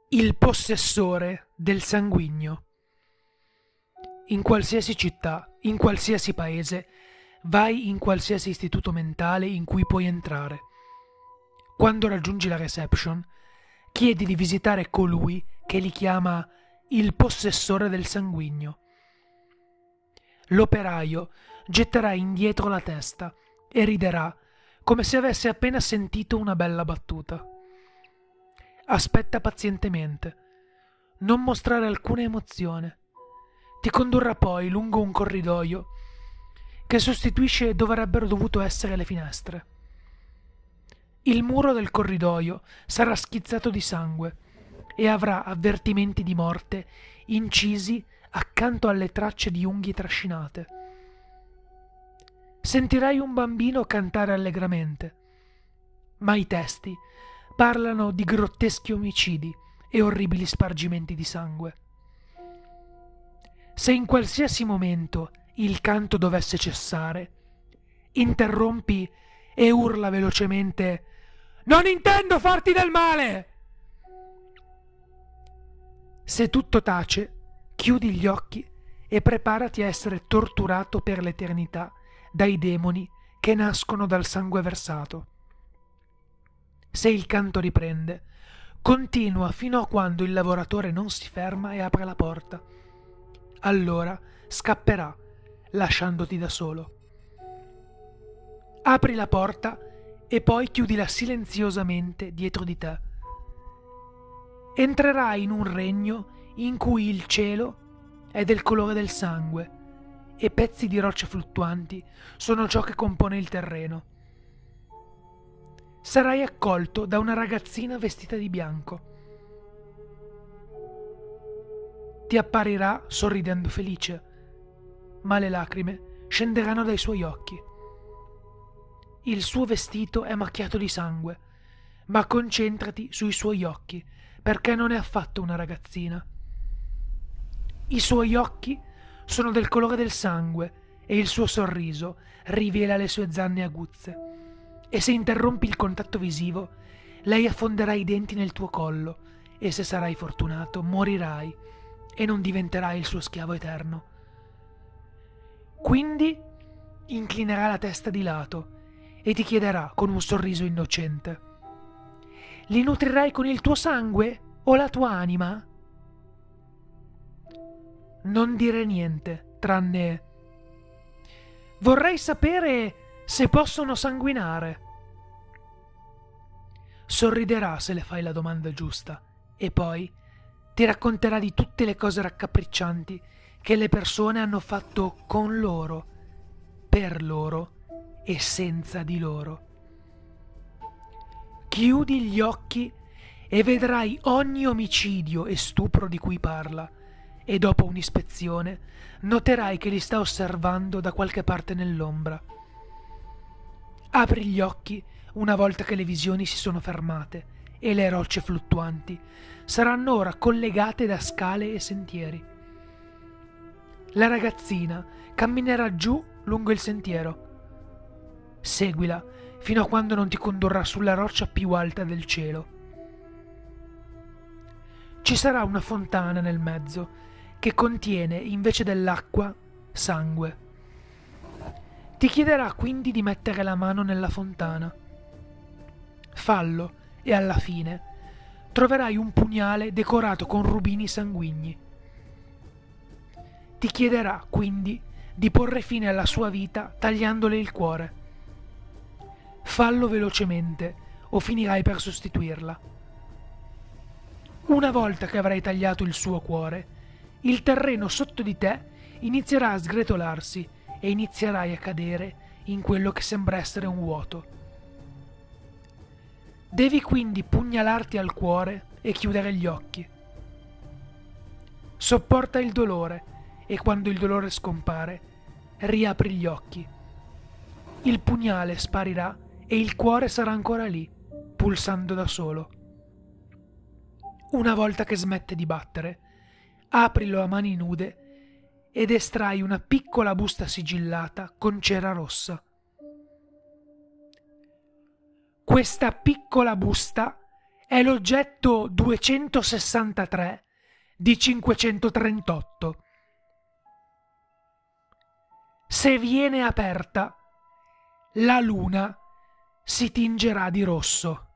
Il possessore del sanguigno. In qualsiasi città, in qualsiasi paese, vai in qualsiasi istituto mentale in cui puoi entrare. Quando raggiungi la reception, chiedi di visitare colui che li chiama il possessore del sanguigno. L'operaio getterà indietro la testa e riderà come se avesse appena sentito una bella battuta. Aspetta pazientemente, non mostrare alcuna emozione. Ti condurrà poi lungo un corridoio che sostituisce dove avrebbero dovuto essere le finestre. Il muro del corridoio sarà schizzato di sangue e avrà avvertimenti di morte incisi accanto alle tracce di unghie trascinate. Sentirai un bambino cantare allegramente, ma i testi parlano di grotteschi omicidi e orribili spargimenti di sangue. Se in qualsiasi momento il canto dovesse cessare, interrompi e urla velocemente: «Non intendo farti del male!» Se tutto tace, chiudi gli occhi e preparati a essere torturato per l'eternità dai demoni che nascono dal sangue versato. Se il canto riprende, continua fino a quando il lavoratore non si ferma e apre la porta. Allora scapperà, lasciandoti da solo. Apri la porta e poi chiudila silenziosamente dietro di te. Entrerai in un regno in cui il cielo è del colore del sangue e pezzi di rocce fluttuanti sono ciò che compone il terreno. Sarai accolto da una ragazzina vestita di bianco. Ti apparirà sorridendo felice, ma le lacrime scenderanno dai suoi occhi. Il suo vestito è macchiato di sangue, ma concentrati sui suoi occhi, perché non è affatto una ragazzina. I suoi occhi sono del colore del sangue e il suo sorriso rivela le sue zanne aguzze. E se interrompi il contatto visivo, lei affonderà i denti nel tuo collo e se sarai fortunato morirai e non diventerai il suo schiavo eterno. Quindi inclinerà la testa di lato e ti chiederà con un sorriso innocente: «Li nutrirai con il tuo sangue o la tua anima?» Non dire niente, tranne: «Vorrei sapere se possono sanguinare». Sorriderà se le fai la domanda giusta e poi ti racconterà di tutte le cose raccapriccianti che le persone hanno fatto con loro, per loro e senza di loro. Chiudi gli occhi e vedrai ogni omicidio e stupro di cui parla, e dopo un'ispezione noterai che li sta osservando da qualche parte nell'ombra. Apri gli occhi una volta che le visioni si sono fermate e le rocce fluttuanti saranno ora collegate da scale e sentieri. La ragazzina camminerà giù lungo il sentiero. Seguila fino a quando non ti condurrà sulla roccia più alta del cielo. Ci sarà una fontana nel mezzo che contiene, invece dell'acqua, sangue. Ti chiederà quindi di mettere la mano nella fontana. Fallo e alla fine troverai un pugnale decorato con rubini sanguigni. Ti chiederà quindi di porre fine alla sua vita tagliandole il cuore. Fallo velocemente o finirai per sostituirla. Una volta che avrai tagliato il suo cuore, il terreno sotto di te inizierà a sgretolarsi e inizierai a cadere in quello che sembra essere un vuoto. Devi quindi pugnalarti al cuore e chiudere gli occhi. Sopporta il dolore e quando il dolore scompare, riapri gli occhi. Il pugnale sparirà e il cuore sarà ancora lì, pulsando da solo. Una volta che smette di battere, aprilo a mani nude ed estrai una piccola busta sigillata con cera rossa. Questa piccola busta È l'oggetto 263 di 538. Se viene aperta, la luna si tingerà di rosso.